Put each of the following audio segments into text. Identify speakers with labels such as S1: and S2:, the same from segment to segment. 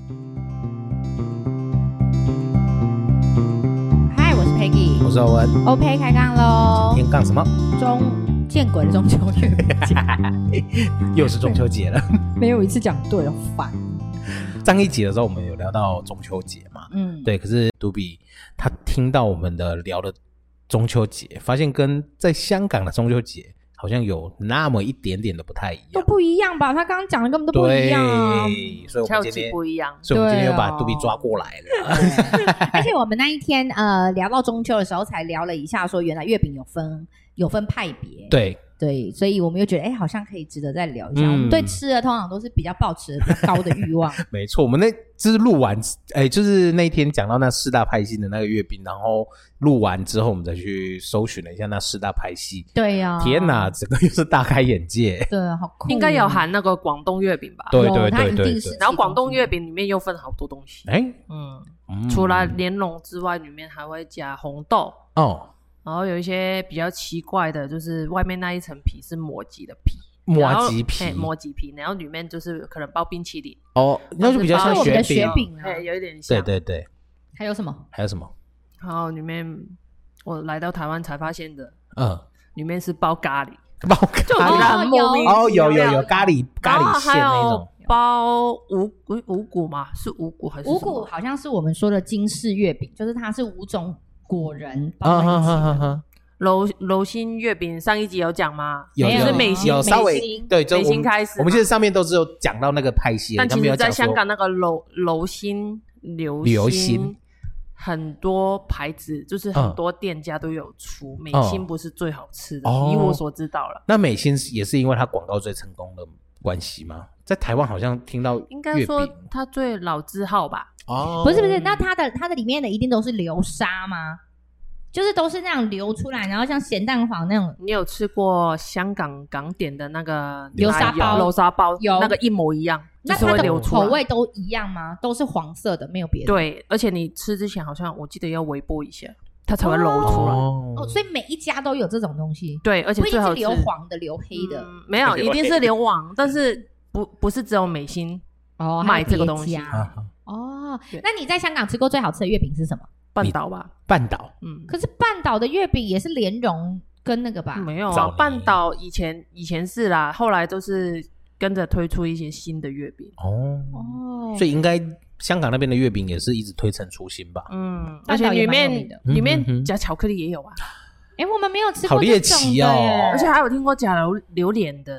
S1: 嗨，我是 Peggy，
S2: 我是欧文。
S1: OK， 开杠喽！
S2: 今天杠什么？
S1: 见鬼的中秋月节，
S2: 又是中秋节了。
S1: 没有一次讲对了，烦。
S2: 上一集的时候我们有聊到中秋节嘛，对，可是杜比他听到我们的聊的中秋节，发现跟在香港的中秋节好像有那么一点点的不太一样，
S1: 都不一样吧？他刚刚讲的根本都不一样啊！
S2: 对，所以我们今天
S3: 不一样，
S2: 所以我们今天又把杜比抓过来了。
S1: 而且我们那一天聊到中秋的时候，才聊了一下，说原来月饼有分派别，对，所以我们又觉得好像可以值得再聊一下。我们对吃的通常都是比较抱持比较高的欲望。
S2: 没错，我们就是录完，就是那天讲到那四大派系的那个月饼，然后录完之后，我们再去搜寻了一下那四大派系。
S1: 对呀，
S2: 天哪，整个又是大开眼界。
S1: 对，好酷。
S3: 应该有含那个广东月饼吧？
S2: 对。
S3: 然后广东月饼里面又分好多东西。除了莲蓉之外，里面还会加红豆。然后有一些比较奇怪的，就是外面那一层皮是麻糬的皮，麻糬皮，然后里面就是可能包冰淇淋。
S2: 那就比较像
S1: 雪饼
S3: 啊，有一点像。
S2: 对。
S1: 还有什么？
S3: 然后里面我来到台湾才发现的，里面是包咖喱，
S2: 就
S3: 很莫名其妙。
S2: 有咖喱馅那种。
S3: 包五谷嘛？是五谷还是
S1: 五谷？好像是我们说的金氏月饼，就是它是5种果仁包在一起。
S3: 柔心月饼上一集有讲吗？
S2: 有，
S3: 是美心，
S2: 有稍微对，
S3: 美心开始。
S2: 我们其实上面都只有讲到那个派系，
S3: 但其实在香港那个柔心、流心很多牌子，就是很多店家都有出。美心不是最好吃的，以我所知道了。
S2: 那美心也是因为它广告最成功的关系吗？在台湾好像听到
S3: 应该说它最老字号吧。
S1: 不是，那它的里面的一定都是流沙吗？就是都是那样流出来，然后像咸蛋黄那种。
S3: 你有吃过香港港点的那个
S1: 流沙包？
S3: 有，那个一模一样。
S1: 那它的口味都一样吗？都是黄色的，没有别的。
S3: 对，而且你吃之前好像我记得要微波一下，它才会揉出来。
S1: 所以每一家都有这种东西。
S3: 对，而且最好
S1: 不一定是流黄的、流黑的，
S3: 没有，一定是流黄，但是不是只有美心卖这个东西。
S1: 那你在香港吃过最好吃的月饼是什么？
S3: 半岛吧。
S2: 半岛。
S1: 可是半岛的月饼也是莲蓉跟那个吧？
S3: 没有啊，半岛以前是啦，后来都是跟着推出一些新的月饼。
S2: 所以应该香港那边的月饼也是一直推陈出新吧？
S3: 而且里面加巧克力也有啊。
S1: 我们没有吃过，
S2: 好猎奇哦！
S3: 而且还有听过加榴莲的。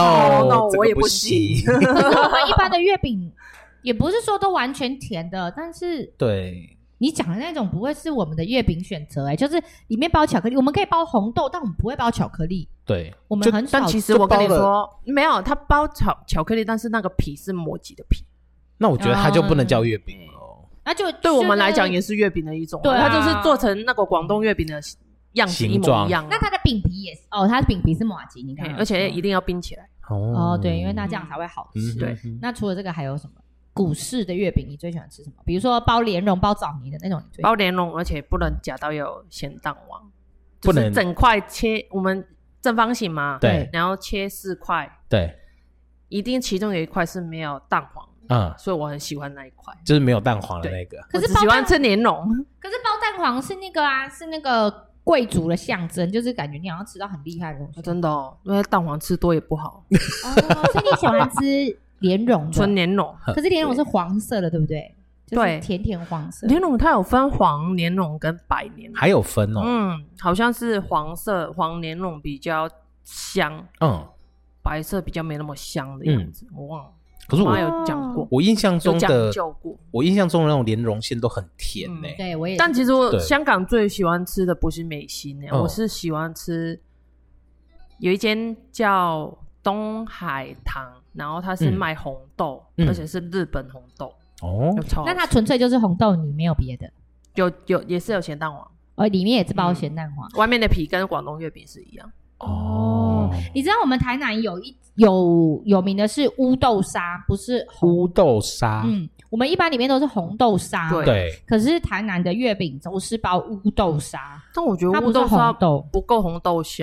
S2: no，
S3: 我也不行。
S1: 可是我们一般的月饼也不是说都完全甜的，但是
S2: 对
S1: 你讲的那种不会是我们的月饼选择。就是里面包巧克力，我们可以包红豆，但我们不会包巧克力。
S2: 对，
S1: 我们很少。
S3: 但其实我跟你说，没有，它包巧克力，但是那个皮是麻糬的皮。
S2: 那我觉得它就不能叫月饼了。
S1: 那就
S3: 对我们来讲也是月饼的一种。对，它就是做成那个广东月饼的样子一模一样。
S1: 那它的饼皮也是它的饼皮是麻糬，你看，
S3: 而且一定要冰起来。
S1: 对，因为那这样才会好吃。对，那除了这个还有什么？古式的月饼你最喜欢吃什么？比如说包莲蓉、包枣泥的那种。
S3: 包莲蓉，而且不能夹到有咸蛋黄，不能整块切。我们正方形嘛，
S2: 对，
S3: 然后切4块，
S2: 对，
S3: 一定其中有一块是没有蛋黄。所以我很喜欢那一块，
S2: 就是没有蛋黄的那个。
S1: 可是
S3: 我只喜欢吃莲蓉。
S1: 可是包蛋黄是那个是那个贵族的象征，就是感觉你好像吃到很厉害的东西。
S3: 真的因为蛋黄吃多也不好。
S1: 所以你喜欢吃莲蓉的
S3: 纯莲蓉。
S1: 可是莲蓉是黄色的，对不对？就是甜甜黄色。
S3: 莲蓉它有分黄莲蓉跟白莲蓉，
S2: 还有分
S3: 好像是黄莲蓉比较香，白色比较没那么香的样子，我忘了。
S2: 可是我
S3: 有讲过，
S2: 我印象中的那种莲蓉馅都很甜
S1: 对，我也。
S3: 但其实我香港最喜欢吃的不是美心我是喜欢吃有一间叫东海堂，然后它是卖红豆，而且是日本红豆。
S1: 那它纯粹就是红豆，你没有别的？
S3: 有也是有咸蛋黄，
S1: 里面也是包咸蛋黄，
S3: 外面的皮跟广东月饼是一样。
S1: 你知道我们台南有名的是乌豆沙，不是
S2: 乌豆沙。
S1: 我们一般里面都是红豆沙。
S2: 对。
S1: 可是台南的月饼都是包乌豆沙，
S3: 但我觉得乌豆沙不够红豆香。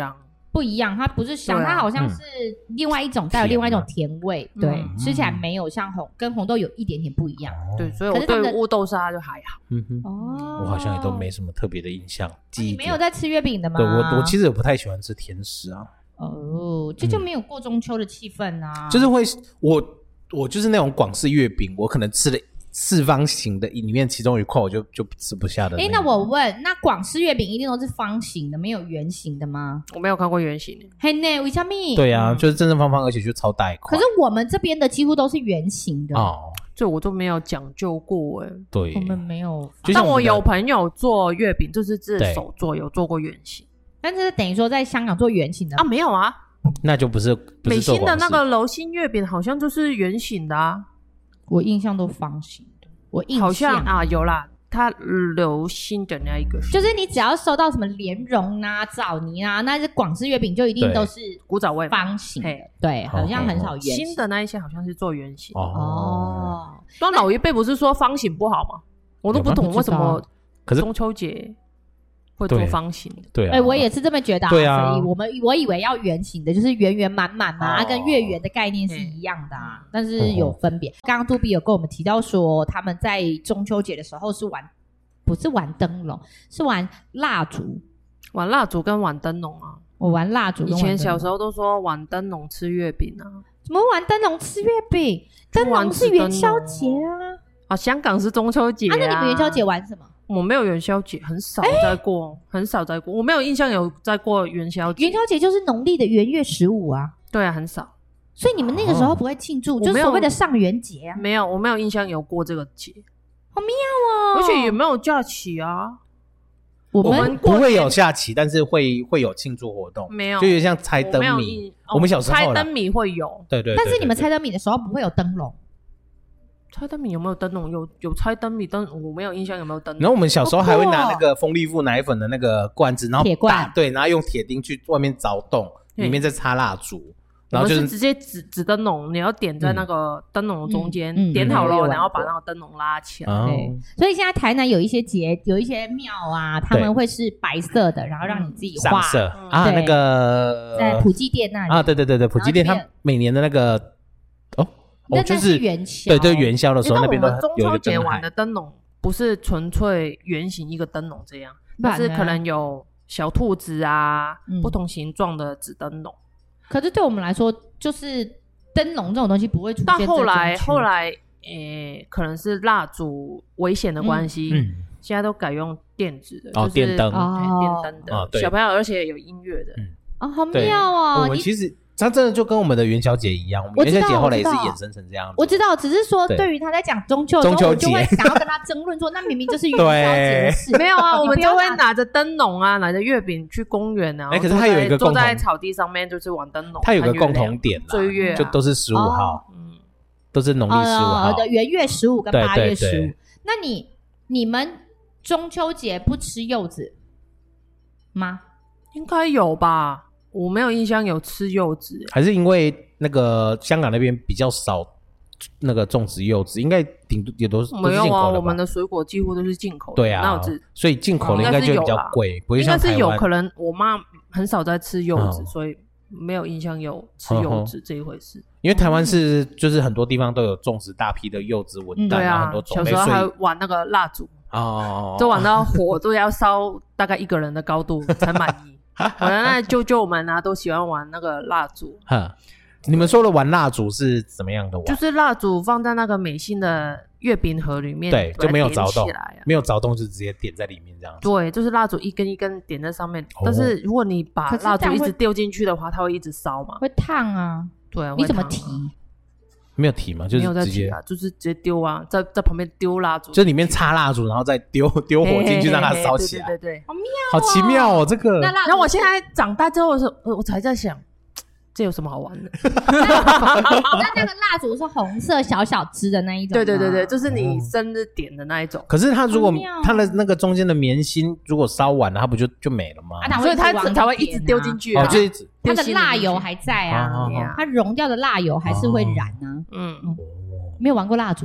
S1: 不一样，它不是香，它好像是另外一种带有另外一种甜味，对，吃起来没有像跟红豆有一点点不一样。
S3: 对，所以我对乌豆沙就还好。
S2: 我好像也都没什么特别的印象。
S1: 你没有在吃月饼的吗？
S2: 对，我其实也不太喜欢吃甜食啊。
S1: 这就没有过中秋的气氛啊。
S2: 就是会我就是那种广式月饼，我可能吃了四方形的里面其中一块我就吃不下的。
S1: 那我问，那广式月饼一定都是方形的，没有圆形的吗？
S3: 我没有看过圆形的。
S1: 嘿呢，为什么？
S2: 对啊，就是正正方方，而且就超大一块。
S1: 可是我们这边的几乎都是圆形的
S3: 哦，这我都没有讲究过哎。
S2: 对，
S1: 我们没有。
S3: 但我有朋友做月饼，就是自己手做，有做过圆形。
S1: 但是等于说在香港做圆形的
S3: 啊？没有啊，
S2: 那就不是
S3: 美心的那个柔心月饼，好像就是圆形的啊。
S1: 我印象都方形的，我印象
S3: 好像啊有啦，它柔心的那一个
S1: 就是你只要收到什么莲蓉啊、枣泥啊，那是广式月饼就一定都是
S3: 古早味
S1: 方形的，对，好像很少圆形。
S3: 新的那一些好像是做圆形哦。但老一辈不是说方形不好吗？我都不懂为什么中秋节会做方形的。
S2: 对，
S1: 我也是这么觉得。对啊，所以我以为要圆形的，就是圆圆满满嘛，跟月圆的概念是一样的啊，但是有分别。刚刚杜比有跟我们提到说，他们在中秋节的时候是不是玩灯笼，是玩蜡烛，
S3: 玩蜡烛跟玩灯笼啊。
S1: 我玩蜡烛，
S3: 以前小时候都说玩灯笼吃月饼啊。
S1: 怎么玩灯笼吃月饼？灯笼是元宵节啊。
S3: 香港是中秋节啊。
S1: 那你们元宵节玩什么？
S3: 我没有元宵节，很少在过，很少在过。我没有印象有在过元宵节。
S1: 元宵节就是农历的元月15啊。
S3: 对啊，很少。
S1: 所以你们那个时候不会庆祝，就是所谓的上元节啊？
S3: 没有，我没有印象有过这个节。
S1: 好妙哦！
S3: 而且也没有假期啊。
S2: 我们不会有假期，但是会有庆祝活动。
S3: 没有，
S2: 就有点像猜灯谜。我们小时候
S3: 猜灯谜会有，
S2: 对。
S1: 但是你们猜灯谜的时候不会有灯笼。
S3: 猜灯谜有没有灯笼？有猜灯谜，但我没有印象有没有灯笼。
S2: 然后我们小时候还会拿那个风力富奶粉的那个罐子，然后
S1: 铁罐，
S2: 对，然后用铁钉去外面凿洞，里面再插蜡烛。然后
S3: 就是直接指灯笼，你要点在那个灯笼的中间，点好了，然后把那个灯笼拉起来。
S1: 对，所以现在台南有一些节，有一些庙啊，他们会是白色的，然后让你自己画
S2: 上色啊。那个
S1: 在普济殿那里
S2: 啊，对，普济殿它每年的那个就是
S1: 元宵，
S2: 对，元宵的时候那边都有一个灯
S3: 中秋节玩的灯笼不是纯粹圆形一个灯笼这样，但是可能有小兔子啊，不同形状的纸灯笼。
S1: 可是对我们来说，就是灯笼这种东西不会出现。
S3: 但后来，可能是蜡烛危险的关系，现在都改用电子的，就是
S2: 电灯，
S3: 电灯的，小朋友而且有音乐的，
S1: 好妙哦！
S2: 我们其实它真的就跟我们的元宵节一样，我们元宵节后来也是衍生成这样子。
S1: 我知道，只是说对于他在讲中秋节，我就会想要跟他争论说，那明明就是元宵节的事。
S3: 没有啊，我们就会拿着灯笼啊，拿着月饼去公园啊。
S2: 可是它有一个
S3: 坐在草地上面就是玩灯笼。
S2: 它有个共同点，
S3: 追月
S2: 就都是15号，都是农历15号
S1: 的元月15跟8月15。那你们中秋节不吃柚子吗？
S3: 应该有吧。我没有印象有吃柚子，
S2: 还是因为那个香港那边比较少那个种植柚子，应该顶多也都是
S3: 没有啊。我们的水果几乎都是进口的，
S2: 对啊，所以进口的应该就比较贵，不会像台湾。
S3: 应该是有可能我妈很少在吃柚子，所以没有印象有吃柚子这一回事。
S2: 因为台湾是就是很多地方都有种植大批的柚子文旦，然后很多种类。
S3: 小时候还玩那个蜡烛就玩到火都要烧大概1个人的高度才满意。我的那舅舅们啊，都喜欢玩那个蜡烛。
S2: 你们说的玩蜡烛是怎么样的玩？
S3: 就是蜡烛放在那个美心的月饼盒里面，
S2: 对，就没有凿洞，没有凿洞就直接点在里面这样子。
S3: 对，就是蜡烛一根一根点在上面。但是如果你把蜡烛一直丢进去的话，它会一直烧嘛，
S1: 会烫啊。
S3: 对啊，
S1: 你怎么提？
S2: 没有提嘛，就是直接
S3: 就是直接丢啊，在旁边丢蜡烛，
S2: 就里面插蜡烛，然后再丢火进去让它烧起来。
S3: 对，
S1: 好妙，
S2: 好奇妙哦，这个。
S3: 那我现在长大之后的时候，我才在想，这有什么好玩的？
S1: 那个蜡烛是红色小小支的那一种。
S3: 对，就是你生日点的那一种。
S2: 可是它如果它的那个中间的棉芯如果烧完了，它不就没了吗？
S3: 所以它才会一直丢进去。
S2: 就一直。
S1: 它的蜡油还在啊，它融掉的蜡油还是会燃啊。没有玩过蜡烛吗？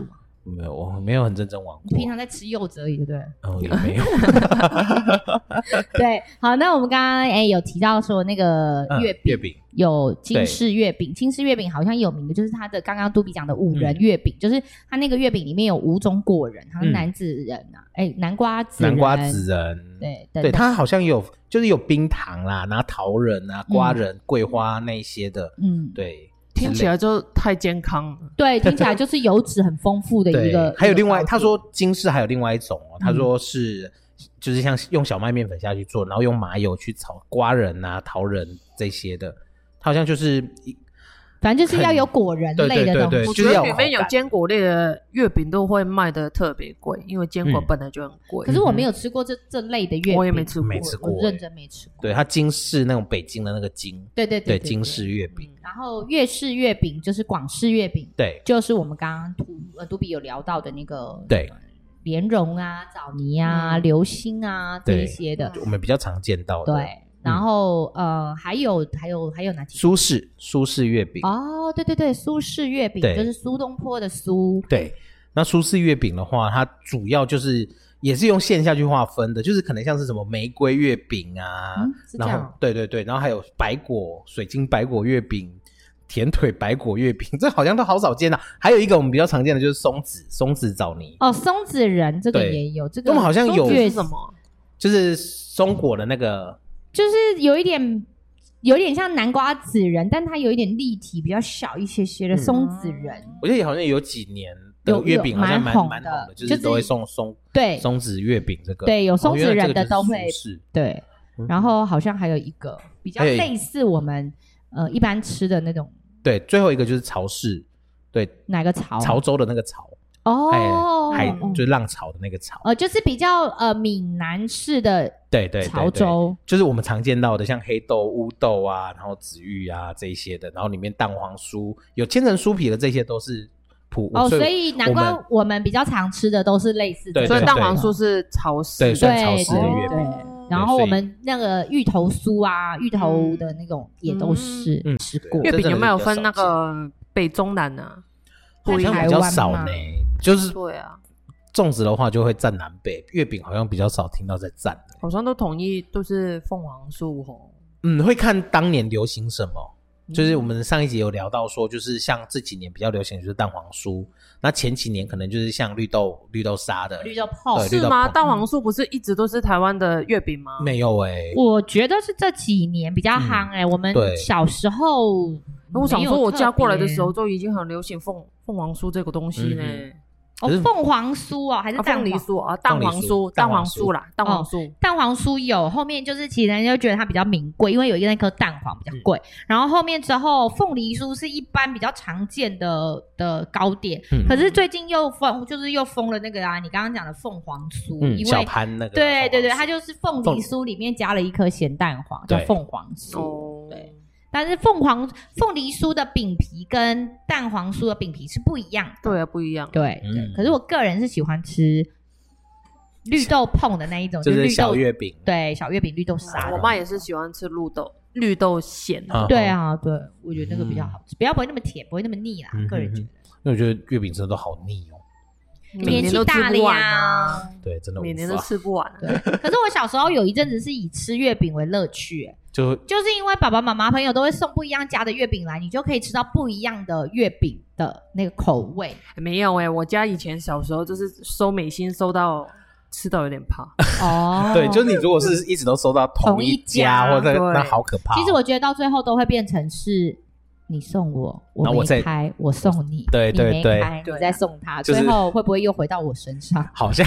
S2: 没有，我没有很认真玩过。
S1: 你平常在吃柚子而已，对不对？
S2: 哦，也没有。
S1: 对，好，那我们刚刚有提到说那个月饼有金氏月饼，金氏月饼好像有名的就是它的刚刚嘟比讲的5仁月饼，就是它那个月饼里面有5种果仁，它是南子仁啊，南瓜子仁，对，它好像
S2: 就是有冰糖啦，然后桃仁啊、瓜仁、桂花那些的，对。
S3: 听起来就太健康了。
S1: 对，听起来就是油脂很丰富的一个。
S2: 还有另外，他说金氏还有另外一种他说是就是像用小麦面粉下去做，然后用麻油去炒瓜仁啊、桃仁这些的，它好像就是
S1: 反正就是要有果仁类的东西。
S3: 我觉得里面有坚果类的月饼都会卖的特别贵，因为坚果本来就很贵。
S1: 可是我没有吃过这类的月饼，
S3: 我也没吃
S1: 过，我认真没吃过。
S2: 对，它金氏那种北京的那个金，对金氏月饼。
S1: 然后粤式月饼就是广式月饼，
S2: 对，
S1: 就是我们刚刚嘟比有聊到的那个，
S2: 对，
S1: 莲蓉啊、枣泥啊、流心啊这一些的，
S2: 我们比较常见到的。
S1: 对。然后还有哪几
S2: 种？苏式月饼
S1: 哦，对，苏式月饼就是苏东坡的苏。
S2: 对，那苏式月饼的话，它主要就是也是用线下去划分的，就是可能像是什么玫瑰月饼啊，然后对，然后还有水晶白果月饼、甜腿白果月饼，这好像都好少见啊。还有一个我们比较常见的就是松子枣泥。
S1: 哦，松子仁这个也有，这个
S2: 我们好像有
S3: 什么？
S2: 就是松果的那个。
S1: 就是有一点像南瓜子仁，但它有一点立体，比较小一些些的松子仁。
S2: 我记得好像有几年的月饼好像蛮红的，就是都会送松子月饼这个。
S1: 对，有松子仁的都会。对，然后好像还有一个比较类似我们一般吃的那种。
S2: 对，最后一个就是潮式。对，
S1: 哪个潮？
S2: 潮州的那个潮。
S1: 哦，
S2: 就是浪潮的那个潮，
S1: 就是比较闽南式的潮州，
S2: 就是我们常见到的像黑豆、乌豆啊，然后紫玉啊这一些的，然后里面蛋黄酥有千层酥皮的，这些都是
S1: 所以难怪我们比较常吃的都是类似的，
S3: 所以蛋黄酥是潮式，
S2: 对，算潮式的月饼。
S1: 然后我们那个芋头酥啊，芋头的那种也都是吃过。
S3: 月饼有没有分那个北中南啊？
S2: 好像比较少呢，就是
S3: 对啊，
S2: 粽子的话就会占南北，月饼好像比较少听到在占，
S3: 好像都统一都是凤凰酥吼。
S2: 会看当年流行什么，就是我们上一集有聊到说，就是像这几年比较流行的就是蛋黄酥，那前几年可能就是像绿豆沙的
S1: 绿豆椪，
S3: 是吗？蛋黄酥不是一直都是台湾的月饼吗？
S2: 没有
S1: 我觉得是这几年比较夯我们小时候。
S3: 我想说，我家过来的时候就已经很流行凤凰酥这个东西呢。
S1: 凤凰酥还是
S3: 凤梨酥啊？蛋黄酥啦，蛋黄酥。
S1: 蛋黄酥有后面就是其实人家觉得它比较名贵，因为有一个那颗蛋黄比较贵。然后后面之后，凤梨酥是一般比较常见的糕点。可是最近又封了那个你刚刚讲的凤凰酥，因为
S2: 小盘那个。
S1: 对，它就是凤梨酥里面加了一颗咸蛋黄，叫凤凰酥。对。但是凤梨酥的饼皮跟蛋黄酥的饼皮是不一样的。
S3: 对啊，不一样。
S1: 对，可是我个人是喜欢吃绿豆椪的那一种，
S2: 就是小月饼。
S1: 对，小月饼绿豆沙。
S3: 我妈也是喜欢吃绿豆馅。
S1: 对啊，对，我觉得那个比较好吃，不会那么甜，不会那么腻啦。个人觉得，
S2: 因为我觉得月饼真的都好腻哦。
S1: 年纪大了呀，
S2: 对，真的
S3: 每年都吃不完。
S1: 对，可是我小时候有一阵子是以吃月饼为乐趣，就是因为爸爸妈妈朋友都会送不一样家的月饼来，你就可以吃到不一样的月饼的那个口味。
S3: 没有我家以前小时候就是收美心收到吃到有点怕。
S2: 对，就是你如果是一直都收到同一家或者那好可怕。
S1: 其实我觉得到最后都会变成是你送我没开，我送你，
S2: 对，
S1: 你没开，你再送他，最后会不会又回到我身上？
S2: 好像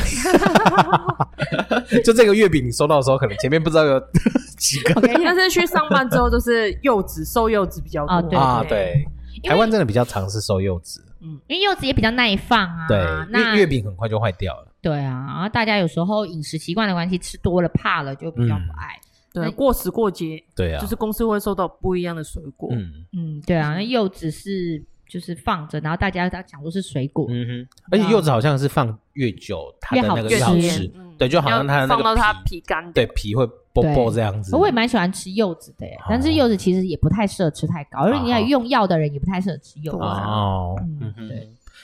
S2: 就这个月饼你收到的时候，可能前面不知道有几个。
S3: 但是去上班之后，就是收柚子比较多
S2: 对，台湾真的比较常是收柚子，
S1: 因为柚子也比较耐放啊。
S2: 对，那月饼很快就坏掉了。
S1: 对啊，然后大家有时候饮食习惯的关系，吃多了怕了就比较不爱。
S3: 对，过时过节，
S2: 对啊，
S3: 就是公司会收到不一样的水果。
S1: 对啊，那柚子是就是放着，然后大家讲说是水果。
S2: 而且柚子好像是放越久，它的那个越好吃。对，就好像它的那个
S3: 放到它皮干，
S2: 对，皮会啵啵这样子。
S1: 我也蛮喜欢吃柚子的，但是柚子其实也不太适合吃太高，因为你要用药的人也不太适合吃柚子。
S2: 对。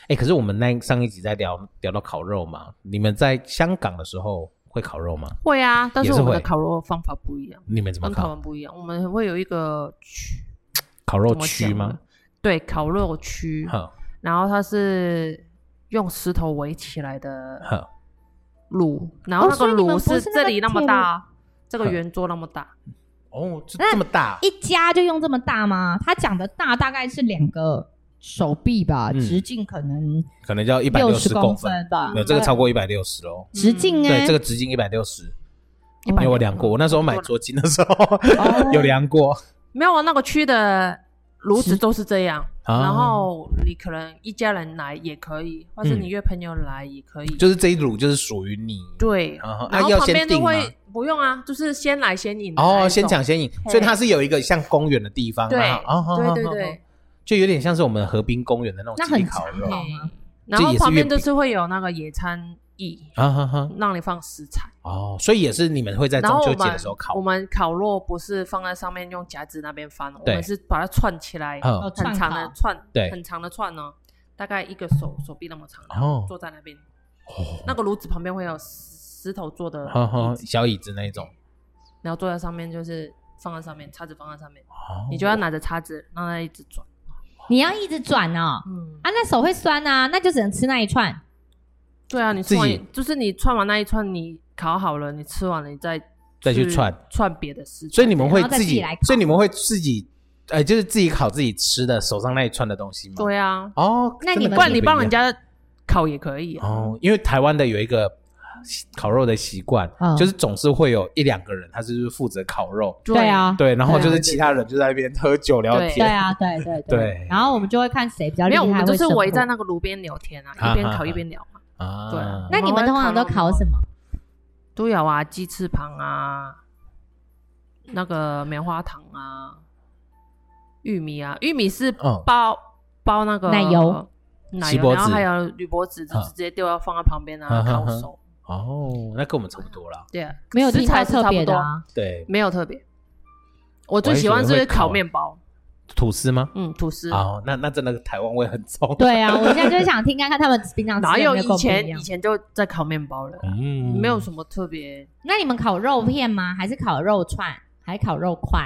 S2: 可是我们上一集在聊到烤肉嘛，你们在香港的时候会烤肉吗？
S3: 会啊，但是我们的烤肉方法不一样。
S2: 你们怎么烤？
S3: 跟台湾不一样，我们会有一个
S2: 烤肉区吗？
S3: 对，烤肉区。然后它是用石头围起来的炉，然后那个炉是这里那么大，这个圆桌那么大。
S2: 这么大，
S1: 一家就用这么大吗？他讲的大概是2个手臂吧，直径可能
S2: 叫160公分
S1: 吧，
S2: 没有，这个超过160咯。
S1: 直径
S2: 对，这个直径160，因为我量过，我那时候买桌巾的时候有量过。
S3: 没有啊，那个区的炉子都是这样，然后你可能一家人来也可以，或是你约朋友来也可以，
S2: 就是这一炉就是属于你。
S3: 对，然后旁边都会不用啊，就是先来先饮
S2: 先抢先饮，所以它是有一个像公园的地方。
S3: 对，对，
S2: 就有点像是我们河滨公园的那种集体烤肉。
S3: 然后旁边就是会有那个野餐椅，让你放食材。
S2: 所以也是你们会在中秋节的时候烤。
S3: 我们烤肉不是放在上面用夹子那边翻，我们是把它串起来，很长的串，很长的串哦，大概一个手臂那么长，坐在那边。那个炉子旁边会有石头做的
S2: 小椅子那一种，
S3: 然后坐在上面，就是放在上面，叉子放在上面，你就要拿着叉子让它一直转。
S1: 你要一直转哦，那手会酸啊，那就只能吃那一串。
S3: 对啊，你吃完就是你串完那一串，你烤好了，你吃完了，你再
S2: 去串
S3: 别的食材。
S2: 所以你们会自己就是自己烤自己吃的手上那一串的东西吗？
S3: 对啊。
S1: 那你们
S3: 不然你帮人家烤也可以
S2: 因为台湾的有一个烤肉的习惯，就是总是会有1-2个人他是负责烤肉。
S1: 对啊，
S2: 对，然后就是其他人就在那边喝酒聊天。
S1: 对啊，对。然后我们就会看谁比较厉害。
S3: 没有，我们就是围在那个炉边聊天啊，一边烤一边聊嘛。对。
S1: 那你们通常都烤什么？
S3: 都有啊，鸡翅膀啊，那个棉花糖啊，玉米啊，玉米是包那个
S1: 奶油，
S3: 然后还有铝箔纸，直接丢到放在旁边啊，烤熟。
S2: 那跟我们差不多啦。
S3: 对啊，
S1: 没有食材特别的啊。
S2: 对，
S3: 没有特别。我最喜欢是烤面包。
S2: 吐司吗？
S3: 吐司。
S2: 那真的台湾味很重。
S1: 对啊，我现在就想听看他们平常吃的
S3: 哪有以前就在烤面包了，没有什么特别。
S1: 那你们烤肉片吗？还是烤肉串？还是烤肉块？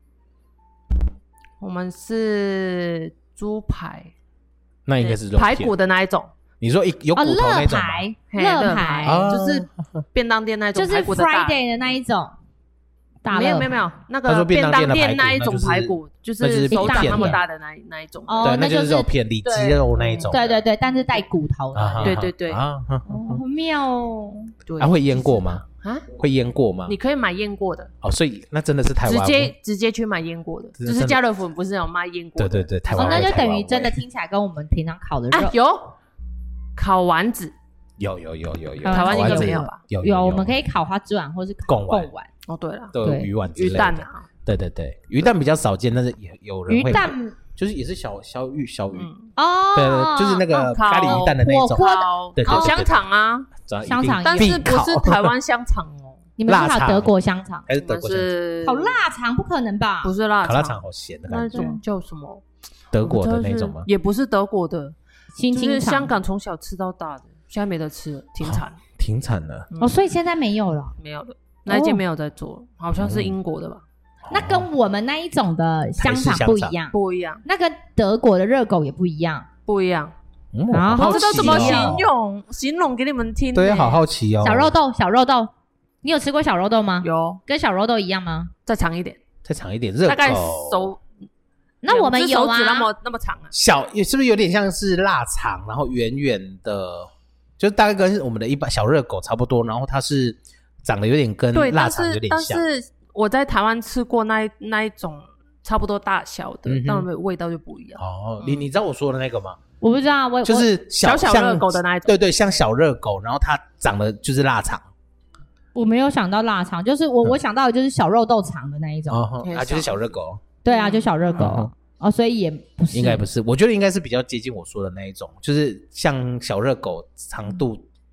S3: 我们是猪排，
S2: 那应该是肉
S3: 排骨的那一种。
S2: 你说有骨头那种吗？
S1: 乐排
S3: 就是便当店那种排骨的大，
S1: 就是 Friday 的那一种。
S3: 没有，那个便当店那一种排骨，就是手掌那么大的那一种。
S2: 对，那就是肉片里脊肉那一种。
S1: 对，但是带骨头的。
S3: 对。
S1: 好妙哦。
S3: 对。
S2: 会腌过吗？会腌过吗？
S3: 你可以买腌过的。
S2: 所以那真的是台湾
S3: 直接去买腌过的，就是家乐福不是有卖腌过的？
S2: 对，台湾。
S1: 那就等于真的听起来跟我们平常烤的肉
S3: 有烤丸子。
S2: 有，
S3: 台湾应该没有吧？
S1: 有，我们可以烤花枝丸或是贡丸。
S3: 对了，
S2: 对，鱼丸之类的。
S3: 鱼蛋啊，
S2: 对，鱼蛋比较少见，但是也有人会。
S1: 鱼蛋
S2: 就是也是小鱼对，就是那个咖喱鱼蛋的那种。对，
S3: 香肠啊，
S1: 香肠，
S3: 但是不是台湾香肠哦？
S1: 你们是烤德国香肠
S2: 还是德国香肠？
S1: 烤腊肠不可能吧？
S3: 不是腊肠，
S2: 烤腊肠好咸的感觉。
S3: 那种叫什么？
S2: 德国的那种吗？
S3: 也不是德国的，就是香港从小吃到大的，现在没得吃了，
S2: 停产了。
S1: 所以现在没有了，
S3: 没有了。那一间没有在做，好像是英国的吧？
S1: 那跟我们那一种的香肠不一样，那个德国的热狗也不一样。
S3: 不知道怎么形容给你们听。
S2: 对，好好奇哦。
S1: 小肉豆，你有吃过小肉豆吗？
S3: 有，
S1: 跟小肉豆一样吗？
S3: 再长一点，
S2: 热狗
S3: 大概手。
S1: 那我们有啊，
S3: 手指那么长啊。
S2: 也是不是有点像是腊肠，然后圆圆的，就大概跟我们的一般小热狗差不多，然后它是。长得有点跟腊肠有点像，
S3: 但是我在台湾吃过那一种差不多大小的，但味道就不一样。
S2: 你知道我说的那个吗？
S1: 我不知道，
S2: 就是
S3: 小热狗的那一种。
S2: 对，像小热狗，然后它长得就是腊肠。
S1: 我没有想到腊肠，就是我想到的就是小肉豆肠的那一种。
S2: 就是小热狗。
S1: 对啊，就小热狗。所以也不是，
S2: 应该不是。我觉得应该是比较接近我说的那一种，就是像小热狗长度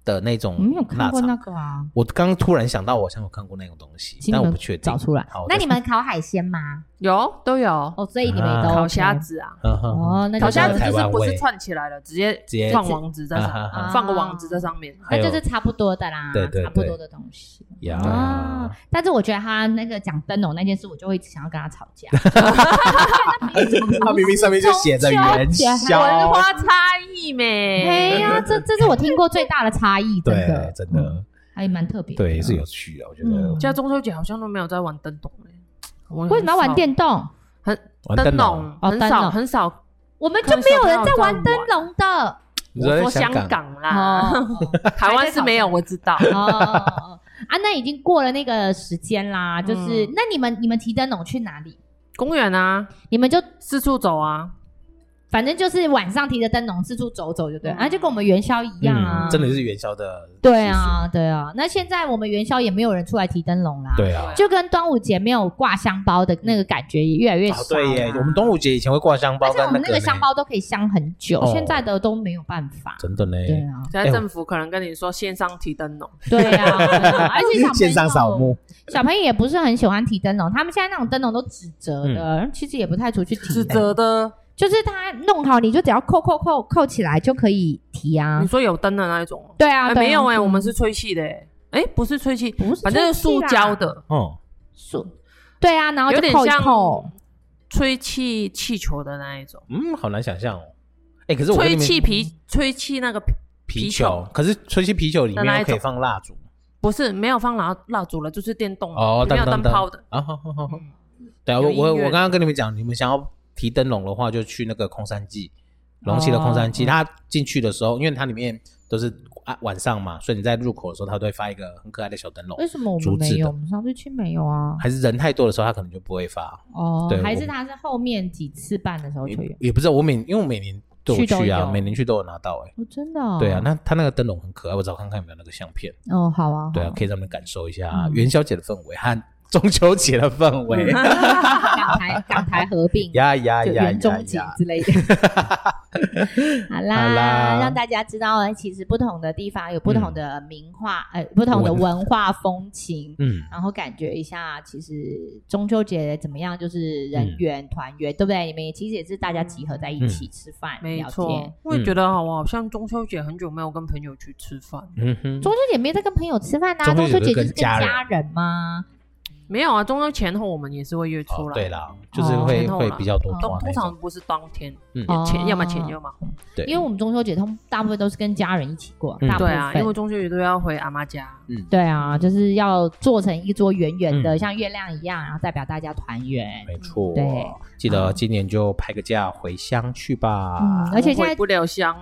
S2: 的那种，
S1: 没有看过那个啊。
S2: 我刚突然想到，我好像有看过那种东西，但我不确定。
S1: 找出来。那你们烤海鲜吗？
S3: 都有
S1: 哦，所以你们都
S3: 烤虾子啊。
S1: 哦，那
S3: 烤虾子就是不是串起来了，直接放网子在上，放个网子在上面，
S1: 那就是差不多的啦，
S2: 对，
S1: 差不多的东西。但是我觉得他那个讲灯笼那件事，我就会一直想要跟他吵架。
S2: 他明明上面就写着元宵，
S3: 文化差异咩？
S1: 哎呀，这是我听过最大的差异，真的
S2: 真的
S1: 还蛮特别。
S2: 对，是有趣的，我觉得。
S3: 现在中秋节好像都没有在玩灯笼
S1: 为什么要玩电动？
S3: 灯笼很少，
S1: 我们就没有人在玩灯笼的。
S3: 我说香港啦，台湾是没有，我知道。
S1: 那已经过了那个时间啦，就是那你们提灯笼去哪里？
S3: 公园啊，
S1: 你们就
S3: 四处走啊。
S1: 反正就是晚上提着灯笼四处走走就对了，就跟我们元宵一样啊，
S2: 真的是元宵的。
S1: 对啊，对啊。那现在我们元宵也没有人出来提灯笼啦，
S2: 对啊，
S1: 就跟端午节没有挂香包的那个感觉也越来越少。
S2: 对耶，我们端午节以前会挂香包，
S1: 但我们那个香包都可以香很久，现在的都没有办法。
S2: 真的呢。
S1: 对啊，
S3: 现在政府可能跟你说线上提灯笼。
S1: 对啊，而且
S2: 线上扫墓，
S1: 小朋友也不是很喜欢提灯笼，他们现在那种灯笼都纸折的，其实也不太出去提。
S3: 纸折的。
S1: 就是它弄好，你就只要扣起来就可以提啊。
S3: 你说有灯的那一种？
S1: 对啊，
S3: 没有我们是吹气的不是吹气，
S1: 不是，
S3: 反正是塑胶的。
S1: 对啊，然后就扣一扣，
S3: 吹气气球的那一种。
S2: 好难想象哦。可是我
S3: 吹气那个
S2: 皮球，可是吹气皮球里面可以放蜡烛。
S3: 不是，没有放蜡烛了，就是电动的，没有灯泡的。
S2: 好。对啊，我刚刚跟你们讲，你们想要提灯笼的话，就去那个空山祭，龙崎的空山祭。它进去的时候，因为它里面都是晚上嘛，所以你在入口的时候，它都会发一个很可爱的小灯笼。
S1: 为什么我们没有？我们上次去没有啊？
S2: 还是人太多的时候，它可能就不会发。
S1: 对，还是它是后面几次办的时候就有？
S2: 也不是，因为我每年都有去啊，每年去都有拿到。
S1: 真的？
S2: 对啊，那它那个灯笼很可爱，我找看看有没有那个相片。
S1: 好啊。
S2: 对啊，可以让你们感受一下元宵节的氛围和中秋节的氛围，
S1: 港台合并元中节之类的。好啦，让大家知道，其实不同的地方有不同的不同的文化风情。然后感觉一下，其实中秋节怎么样，就是人缘团圆，对不对？你们其实也是大家集合在一起吃饭聊天。
S3: 我也觉得好像中秋节很久没有跟朋友去吃饭。
S1: 中秋节没有在跟朋友吃饭啊，中秋节就是跟家人吗？
S3: 没有啊，中秋前后我们也是会约出来。
S2: 对啦，就是会比较多。
S3: 通常不是当天，要么前要么后。
S1: 对，因为我们中秋节大部分都是跟家人一起过。
S3: 对啊，因为中秋节都要回阿妈家。
S1: 对啊，就是要做成一桌圆圆的，像月亮一样，然后代表大家团圆。
S2: 没错。
S1: 对，
S2: 记得今年就排个假回乡去吧。
S1: 而且现在
S3: 回不了乡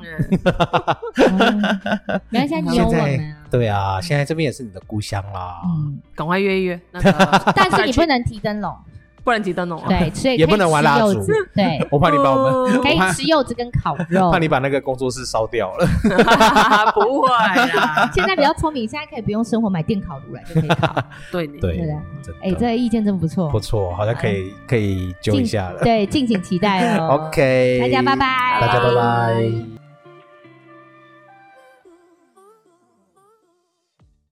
S1: 原来现在你有我们。
S2: 对啊，现在这边也是你的故乡啦。
S3: 赶快约一约。
S1: 但是你不能提灯笼，
S3: 不能提灯笼。
S1: 对，所以
S2: 也不能玩蜡烛。
S1: 对，
S2: 我怕你把我们
S1: 可以吃柚子跟烤肉，
S2: 怕你把那个工作室烧掉了。
S3: 不会啦，
S1: 现在比较聪明，现在可以不用生火，买电烤炉来就可以烤。
S3: 对
S1: 的。这个意见真不错，
S2: 不错，好像可以揪一下了。
S1: 对，敬请期待哦。
S2: OK，
S1: 大家拜拜，
S2: 大家拜拜。